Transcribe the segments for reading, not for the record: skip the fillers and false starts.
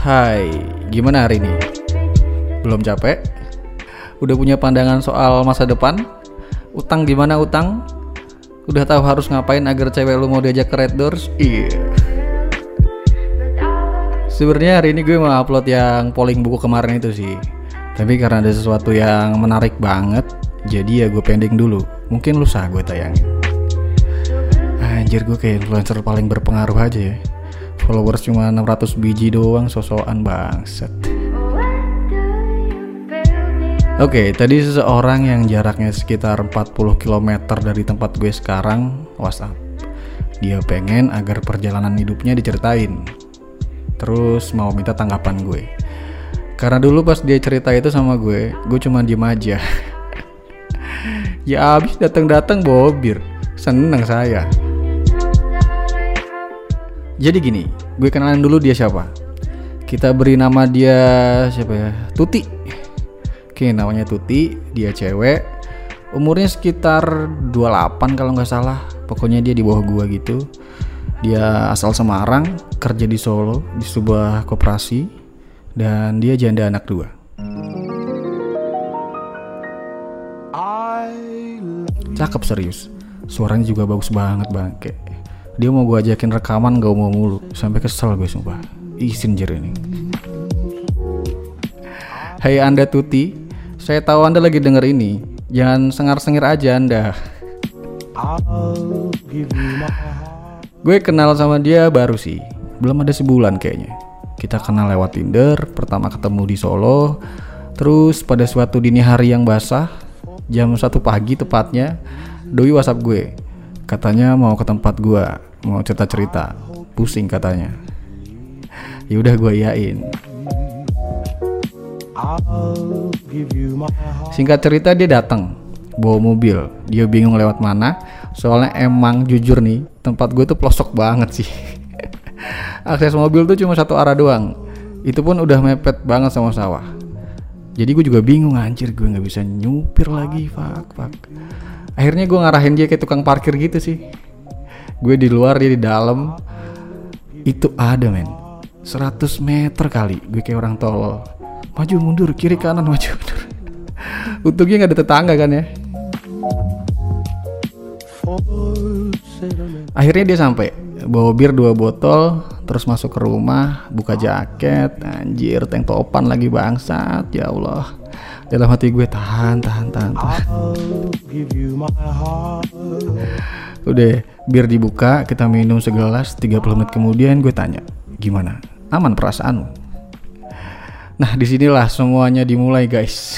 Hai, gimana hari ini? Belum capek? Udah punya pandangan soal masa depan? Utang gimana utang? Udah tahu harus ngapain agar cewek lu mau diajak ke Red Doors? Iya. Sebenarnya hari ini gue mau upload yang polling buku kemarin itu sih. Tapi karena ada sesuatu yang menarik banget, jadi ya gue pending dulu. Mungkin lusa gue tayangin. Anjir, gue kayak influencer paling berpengaruh aja ya. Followers cuma 600 biji doang, sosokan bangsat. Oke, tadi seseorang yang jaraknya sekitar 40 km dari tempat gue sekarang WhatsApp. Dia pengen agar perjalanan hidupnya diceritain. Terus mau minta tanggapan gue. Karena dulu pas dia cerita itu sama gue cuma diem aja. Ya abis datang-datang bobir. Seneng saya. Jadi gini, gue kenalan dulu dia siapa. Kita beri nama dia siapa ya? Tuti. Oke, namanya Tuti, dia cewek. Umurnya sekitar 28 kalau nggak salah. Pokoknya dia di bawah gua gitu. Dia asal Semarang, kerja di Solo di sebuah koperasi, dan dia janda anak 2. Cakep serius. Suaranya juga bagus banget bangke. Dia mau gue ajakin rekaman gak mau mulu. Sampai kesel gue sumpah. Izin jer ini. Hai Anda Tuti, saya tahu Anda lagi denger ini. Jangan sengar-sengir aja Anda. Gue kenal sama dia baru sih. Belum ada sebulan kayaknya. Kita kenal lewat Tinder. Pertama ketemu di Solo. Terus pada suatu dini hari yang basah, jam 1 pagi tepatnya, Doi WhatsApp gue. Katanya mau ke tempat gue, mau cerita-cerita. Pusing katanya. Yaudah gue iyain. Singkat cerita dia datang bawa mobil. Dia bingung lewat mana. Soalnya emang jujur nih, tempat gue tuh pelosok banget sih. Akses mobil tuh cuma satu arah doang. Itu pun udah mepet banget sama sawah. Jadi gue juga bingung, anjir gue gak bisa nyupir lagi. Fuck. Akhirnya gue ngarahin dia ke tukang parkir gitu sih. Gue di luar, dia di dalam. Itu ada men 100 meter kali. Gue kayak orang tolol. Maju mundur, kiri kanan, maju mundur. Untungnya gak ada tetangga kan ya. Akhirnya dia sampai, bawa bir 2 botol. Terus masuk ke rumah, buka jaket. Anjir, tank topan lagi bangsat. Ya Allah. Dalam hati gue tahan. Udah, bir dibuka, kita minum segelas. 30 menit kemudian gue tanya, gimana? Aman perasaanmu? Nah, disinilah semuanya dimulai guys.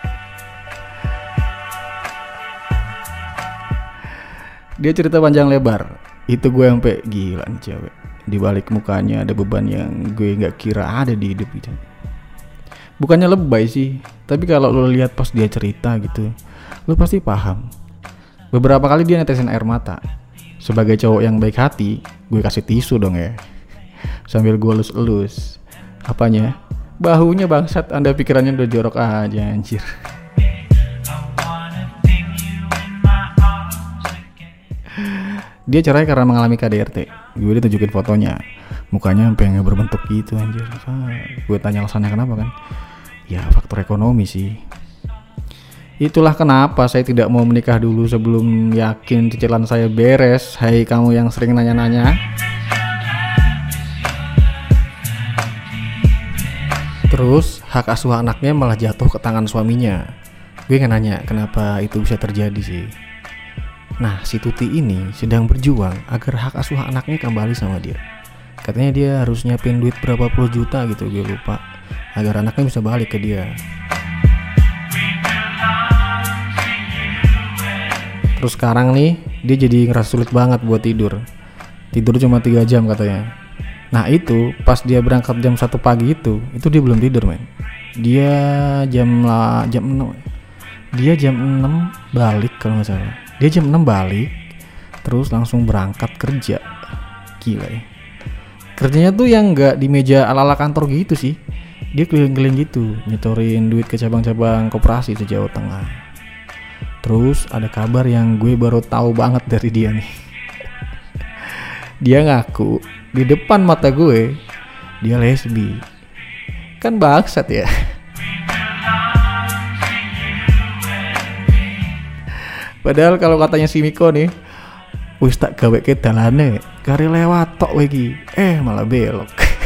Dia cerita panjang lebar. Itu gue sampai gila nih cewek. Di balik mukanya ada beban yang gue nggak kira ada di hidup gitu. Bukannya lebay sih, tapi kalau lo lihat pas dia cerita gitu, lo pasti paham. Beberapa kali dia netesin air mata. Sebagai cowok yang baik hati, gue kasih tisu dong ya. Sambil gue elus-elus. Apanya? Bahunya bangsat, Anda pikirannya udah jorok aja anjir. Dia cerai karena mengalami KDRT. Gue ditunjukin fotonya. Mukanya sampai nggak berbentuk gitu anjir. Gue tanya alasannya kenapa kan? Ya faktor ekonomi sih. Itulah kenapa saya tidak mau menikah dulu sebelum yakin cicilan saya beres. Hai kamu yang sering nanya-nanya. Terus hak asuh anaknya malah jatuh ke tangan suaminya. Gue nggak nanya kenapa itu bisa terjadi sih. Nah si Tuti ini sedang berjuang agar hak asuh anaknya kembali sama dia. Katanya dia harus nyiapin duit berapa puluh juta gitu, gue lupa, agar anaknya bisa balik ke dia. Terus sekarang nih dia jadi ngerasa sulit banget buat tidur. Tidur cuma 3 jam katanya. Nah itu pas dia berangkat jam 1 pagi itu dia belum tidur men. Dia jam 6. Dia jam 6 balik kalau gak salah. Dia jam 6 balik, terus langsung berangkat kerja. Gila ya. Kerjanya tuh yang gak di meja ala-ala kantor gitu sih. Dia keliling-keliling gitu, nyetorin duit ke cabang-cabang koperasi se-Jawa Tengah. Terus ada kabar yang gue baru tahu banget dari dia nih. Dia ngaku di depan mata gue dia lesbi. Kan bangsat ya. Padahal kalau katanya si Miko nih, wis tak gawe ke dalane, kari lewat tok lagi, malah belok.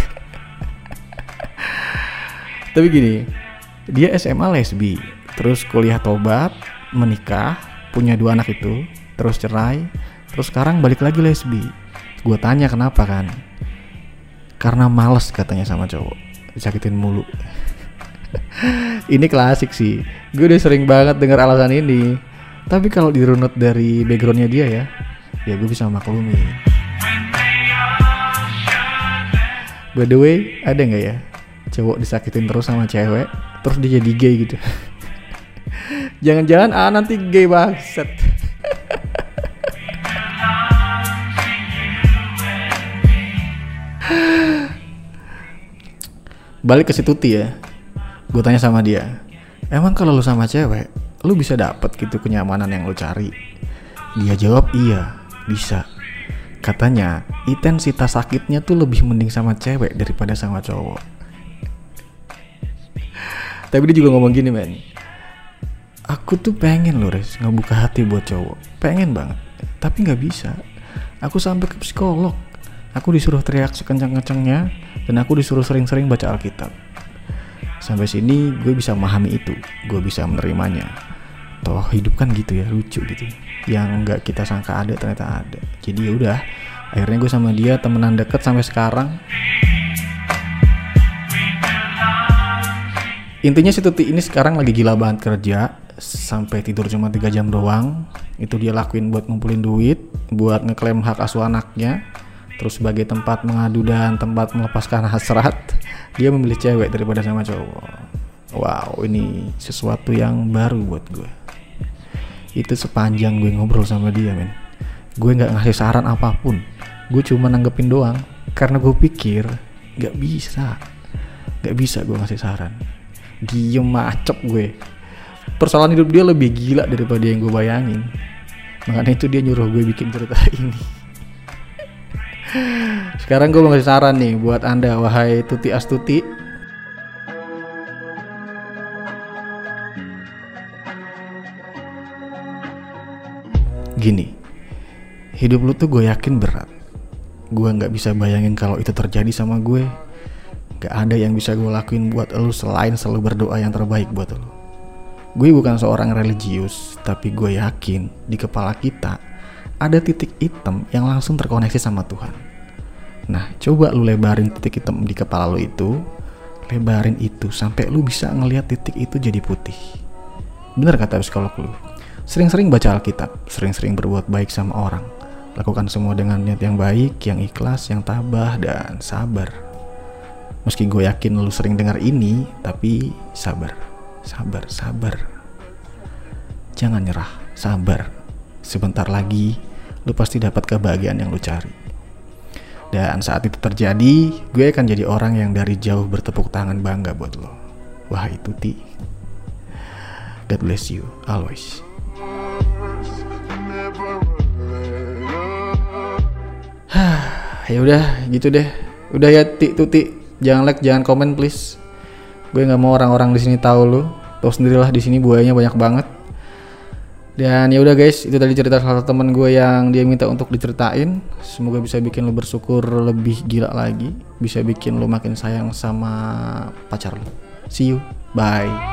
Tapi gini, dia SMA lesbi, terus kuliah tobat, menikah, punya 2 anak itu, terus cerai, terus sekarang balik lagi lesbi. Gue tanya kenapa kan? Karena males katanya sama cowok, disakitin mulu. Ini klasik sih, gue udah sering banget dengar alasan ini. Tapi kalau dirunut dari backgroundnya dia ya gue bisa maklumi. By the way, ada nggak ya cowok disakitin terus sama cewek, terus dia jadi gay gitu? Jangan-jangan nanti gay banget. Balik ke si Tuti ya, gue tanya sama dia, emang kalau lu sama cewek, lu bisa dapet gitu kenyamanan yang lu cari? Dia jawab iya, bisa. Katanya intensitas sakitnya tuh lebih mending sama cewek daripada sama cowok. Tapi dia juga ngomong gini, men, aku tuh pengen loh Res ngebuka hati buat cowok, pengen banget, tapi gak bisa. Aku sampai ke psikolog, aku disuruh teriak sekencang-kencangnya, dan aku disuruh sering-sering baca Alkitab. Sampai sini gue bisa memahami itu, gue bisa menerimanya. Toh hidup kan gitu ya, lucu gitu. Yang nggak kita sangka ada ternyata ada. Jadi ya udah, akhirnya gue sama dia temenan deket sampai sekarang. Intinya si Tuti ini sekarang lagi gila banget kerja, sampai tidur cuma 3 jam doang. Itu dia lakuin buat ngumpulin duit, buat ngeklaim hak asuh anaknya. Terus sebagai tempat mengadu dan tempat melepaskan hasrat, dia memilih cewek daripada sama cowok. Wow, ini sesuatu yang baru buat gue. Itu sepanjang gue ngobrol sama dia, men, gue gak ngasih saran apapun, gue cuma nanggepin doang. Karena gue pikir gak bisa gue ngasih saran. Diem macep gue. Persoalan hidup dia lebih gila daripada yang gue bayangin. Makanya itu dia nyuruh gue bikin cerita ini. Sekarang gue mau ngasih saran nih buat anda, wahai Tuti Astuti. Gini, hidup lu tuh gue yakin berat. Gue gak bisa bayangin kalau itu terjadi sama gue. Gak ada yang bisa gue lakuin buat lu selain selalu berdoa yang terbaik buat lu. Gue bukan seorang religius, tapi gue yakin di kepala kita ada titik hitam yang langsung terkoneksi sama Tuhan. Nah, coba lu lebarin titik hitam di kepala lu itu, lebarin itu sampai lu bisa ngelihat titik itu jadi putih. Bener kata psikolog lu, sering-sering baca Alkitab, sering-sering berbuat baik sama orang, lakukan semua dengan niat yang baik, yang ikhlas, yang tabah dan sabar. Meski gue yakin lu sering dengar ini, tapi sabar. Jangan nyerah, sabar. Sebentar lagi lu pasti dapat kebahagiaan yang lu cari. Dan saat itu terjadi, gue akan jadi orang yang dari jauh bertepuk tangan bangga buat lo. Wahai Tuti, God bless you always. Ya udah gitu deh. Udah ya Tuti, jangan like, jangan komen please. Gue nggak mau orang-orang di sini tahu lu. Tahu sendirilah di sini buayanya banyak banget. Dan ya udah guys, itu tadi cerita salah satu teman gue yang dia minta untuk diceritain. Semoga bisa bikin lu bersyukur lebih gila lagi, bisa bikin lu makin sayang sama pacar lu. See you, bye.